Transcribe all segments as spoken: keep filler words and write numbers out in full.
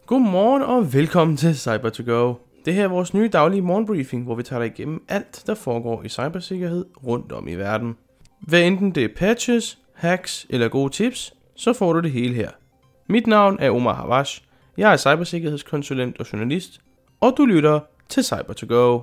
Godmorgen og velkommen til Cyber to Go. Det her er vores nye daglige morgenbriefing, hvor vi tager dig igennem alt, der foregår i cybersikkerhed rundt om i verden. Hvad enten det er patches, hacks eller gode tips, så får du det hele her. Mit navn er Omar Havash, jeg er cybersikkerhedskonsulent og journalist, og du lytter til Cyber to Go.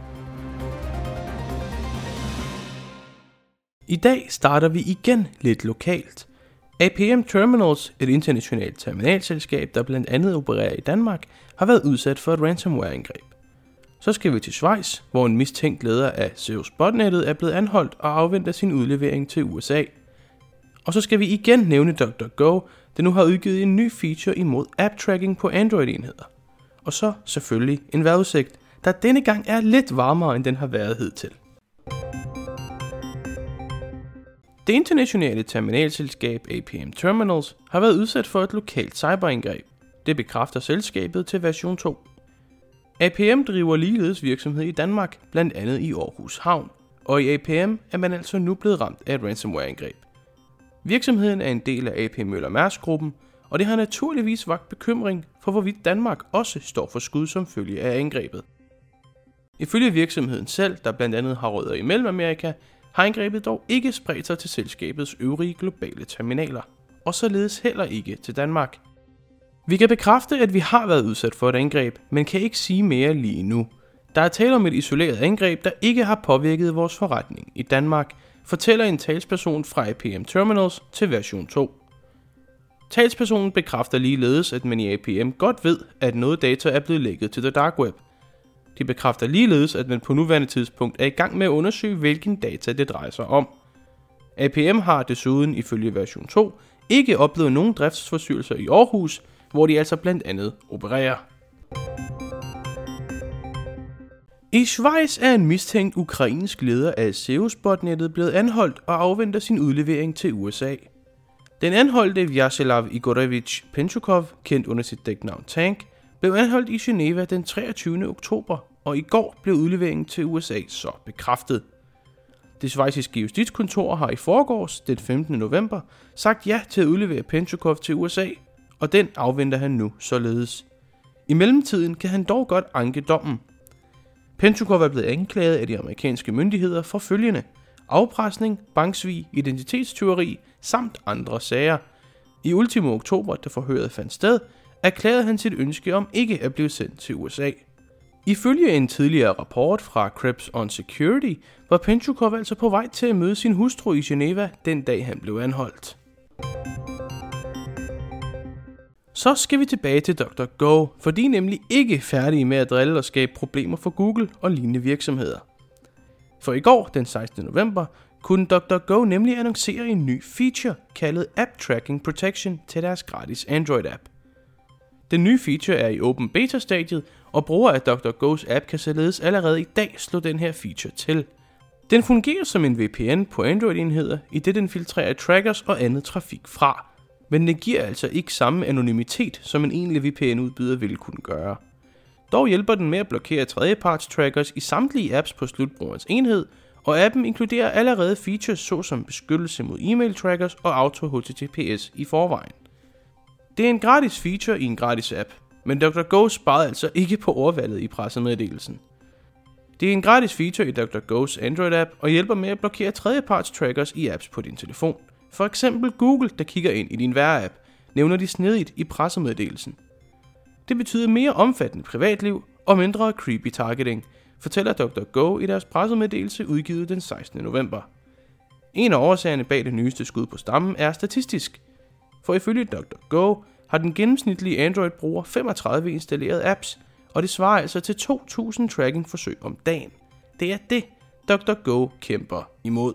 I dag starter vi igen lidt lokalt. A P M Terminals, et internationalt terminalselskab, der blandt andet opererer i Danmark, har været udsat for et ransomware-angreb. Så skal vi til Schweiz, hvor en mistænkt leder af Zeus botnettet er blevet anholdt og afventer sin udlevering til U S A. Og så skal vi igen nævne DuckDuckGo, der nu har udgivet en ny feature imod app-tracking på Android-enheder. Og så selvfølgelig en vejrudsigt, der denne gang er lidt varmere, end den har været hidtil. Det internationale terminalselskab A P M Terminals har været udsat for et lokalt cyberangreb. Det bekræfter selskabet til version to. A P M driver ligeledes virksomhed i Danmark, blandt andet i Aarhus Havn, og i A P M er man altså nu blevet ramt af et ransomware-angreb. Virksomheden er en del af A P Møller Mærsk-gruppen, og det har naturligvis vakt bekymring for, hvorvidt Danmark også står for skud som følge af angrebet. Ifølge virksomheden selv, der blandt andet har rødder i Mellemamerika, har angrebet dog ikke spredt sig til selskabets øvrige globale terminaler, og således heller ikke til Danmark. Vi kan bekræfte, at vi har været udsat for et angreb, men kan ikke sige mere lige nu. Der er tale om et isoleret angreb, der ikke har påvirket vores forretning i Danmark, fortæller en talsperson fra A P M Terminals til version to. Talspersonen bekræfter ligeledes, at man i A P M godt ved, at noget data er blevet lækket til The Dark Web. De bekræfter ligeledes, at man på nuværende tidspunkt er i gang med at undersøge, hvilken data det drejer sig om. A P M har desuden ifølge version to ikke oplevet nogen driftsforstyrrelser i Aarhus, hvor de altså blandt andet opererer. I Schweiz er en mistænkt ukrainsk leder af Zeus botnettet blevet anholdt og afventer sin udlevering til U S A. Den anholdte Vyacheslav Igorevich Penchukov, kendt under sit dæknavn Tank, blev anholdt i Geneva den treogtyvende oktober, og i går blev udleveringen til U S A så bekræftet. Det schweiziske justitskontor har i forgårs, den femtende november, sagt ja til at udlevere Penchukov til U S A, og den afventer han nu således. I mellemtiden kan han dog godt anke dommen. Penchukov er blevet anklaget af de amerikanske myndigheder for følgende: afpresning, banksvig, identitetstyveri samt andre sager. I ultimo oktober, da forhøret fandt sted, erklærede han sit ønske om ikke at blive sendt til U S A. Ifølge en tidligere rapport fra Krebs on Security var Penchukov altså på vej til at møde sin hustru i Geneva den dag han blev anholdt. Så skal vi tilbage til DuckDuckGo, for de er nemlig ikke færdige med at drille og skabe problemer for Google og lignende virksomheder. For i går, den sekstende november, kunne DuckDuckGo nemlig annoncere en ny feature kaldet App Tracking Protection til deres gratis Android-app. Den nye feature er i open beta-stadiet, og brugere af DuckDuckGos app kan således allerede i dag slå den her feature til. Den fungerer som en V P N på Android-enheder, i det den filtrerer trackers og andet trafik fra, men den giver altså ikke samme anonymitet, som en egentlig V P N-udbyder ville kunne gøre. Dog hjælper den med at blokere tredjeparts trackers i samtlige apps på slutbrugerens enhed, og appen inkluderer allerede features såsom beskyttelse mod e-mail trackers og auto H T T P S i forvejen. Det er en gratis feature i en gratis app, men DuckDuckGo sparede altså ikke på ordvalget i pressemeddelelsen. Det er en gratis feature i DuckDuckGos Android-app og hjælper med at blokere tredjeparts trackers i apps på din telefon. For eksempel Google, der kigger ind i din vejr-app, nævner de snedigt i pressemeddelelsen. Det betyder mere omfattende privatliv og mindre creepy targeting, fortæller DuckDuckGo i deres pressemeddelelse udgivet den sekstende november. En af årsagerne bag det nyeste skud på stammen er statistisk. For ifølge DuckDuckGo har den gennemsnitlige Android-bruger femogtredive installerede apps, og det svarer altså til to tusind tracking-forsøg om dagen. Det er det, DuckDuckGo kæmper imod.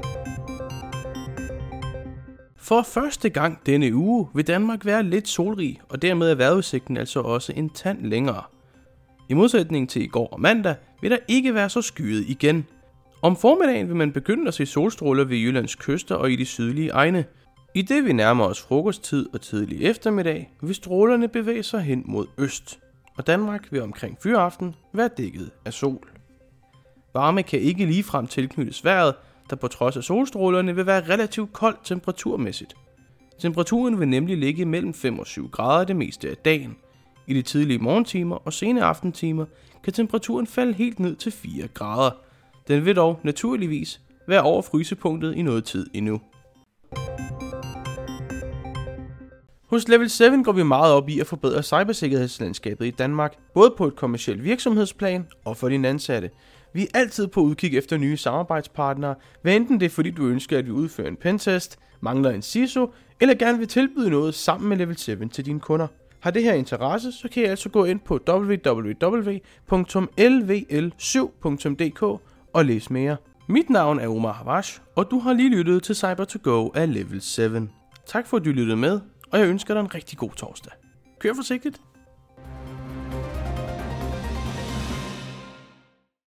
For første gang denne uge vil Danmark være lidt solrig, og dermed er vejrudsigten altså også en tand længere. I modsætning til i går og mandag vil der ikke være så skyet igen. Om formiddagen vil man begynde at se solstråler ved Jyllands kyster og i de sydlige egne. I det vi nærmer os frokosttid og tidlig eftermiddag, vil strålerne bevæge sig hen mod øst, og Danmark vil omkring fyraften være dækket af sol. Varme kan ikke ligefrem tilknyttes vejret, der på trods af solstrålerne vil være relativt koldt temperaturmæssigt. Temperaturen vil nemlig ligge mellem fem og syv grader det meste af dagen. I de tidlige morgentimer og sene aftentimer kan temperaturen falde helt ned til fire grader. Den vil dog naturligvis være over frysepunktet i noget tid endnu. Hos Level syv går vi meget op i at forbedre cybersikkerhedslandskabet i Danmark, både på et kommercielt virksomhedsplan og for dine ansatte. Vi er altid på udkig efter nye samarbejdspartnere, hvad enten det er fordi du ønsker at vi udfører en pentest, mangler en C I S O, eller gerne vil tilbyde noget sammen med Level syv til dine kunder. Har det her interesse, så kan I altså gå ind på w w w punktum l v l syv punktum d k og læse mere. Mit navn er Omar Havash, og du har lige lyttet til Cyber to Go af Level syv. Tak for at du lyttede med, og jeg ønsker dig en rigtig god torsdag. Kør forsigtigt.